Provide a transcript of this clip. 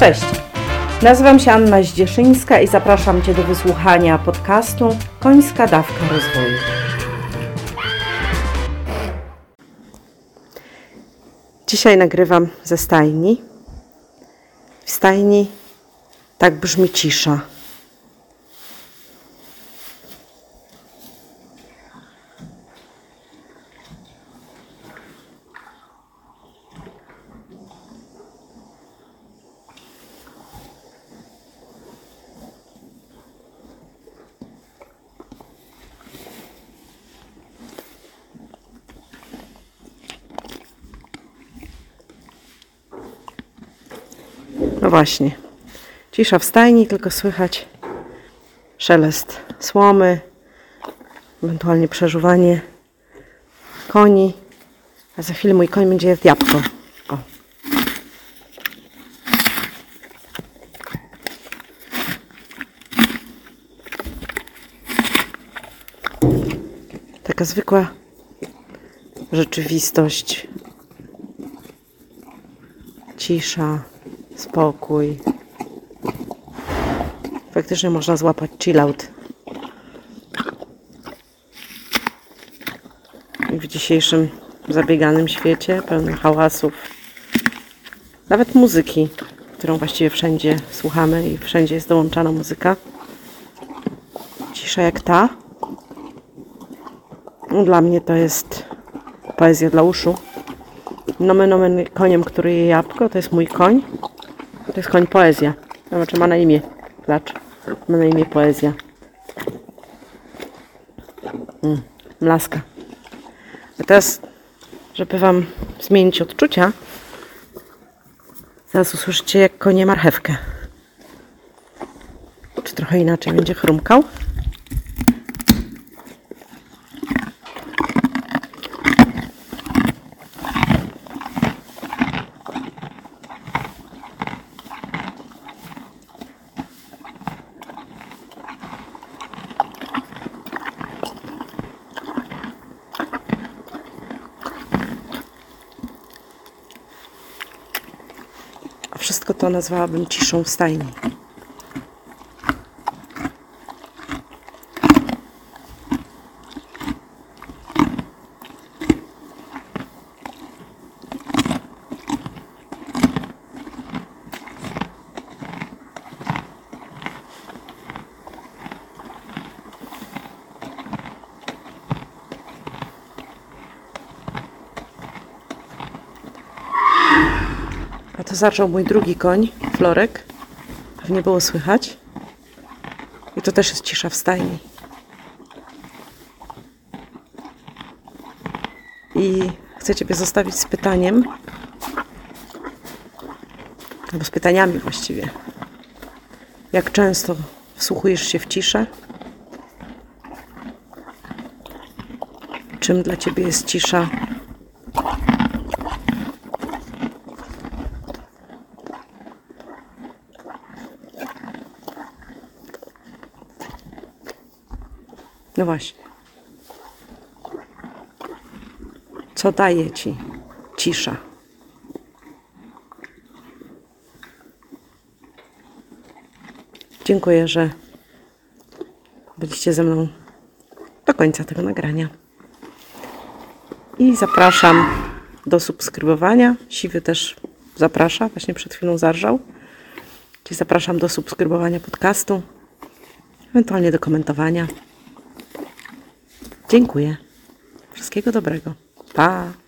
Cześć, nazywam się Anna Zdzieszyńska i zapraszam Cię do wysłuchania podcastu Końska Dawka Rozwoju. Dzisiaj nagrywam ze stajni. W stajni tak brzmi cisza. No właśnie, cisza w stajni, tylko słychać szelest słomy, ewentualnie przeżuwanie koni, a za chwilę mój koń będzie jadł jabłko. O. Taka zwykła rzeczywistość, cisza, spokój. Faktycznie można złapać chill out. I w dzisiejszym zabieganym świecie, pełnym hałasów, nawet muzyki, którą właściwie wszędzie słuchamy i wszędzie jest dołączana muzyka. Cisza jak ta. No, dla mnie to jest poezja dla uszu. Nomen omen koniem, który je jabłko, to jest mój koń. To jest koń poezja. Znaczy ma na imię klacz. Ma na imię poezja. Mlaska. A teraz, żeby Wam zmienić odczucia, zaraz usłyszycie, jak konie marchewkę. Czy trochę inaczej będzie chrumkał? Wszystko to nazwałabym ciszą w stajni. A to zaczął mój drugi koń, Florek. Pewnie było słychać. I to też jest cisza w stajni. I chcę Ciebie zostawić z pytaniem, albo z pytaniami właściwie. Jak często wsłuchujesz się w ciszę? Czym dla Ciebie jest cisza? No właśnie. Co daje Ci cisza? Dziękuję, że byliście ze mną do końca tego nagrania. I zapraszam do subskrybowania. Siwy też zaprasza, właśnie przed chwilą zarżał. Czyli zapraszam do subskrybowania podcastu, ewentualnie do komentowania. Dziękuję. Wszystkiego dobrego. Pa!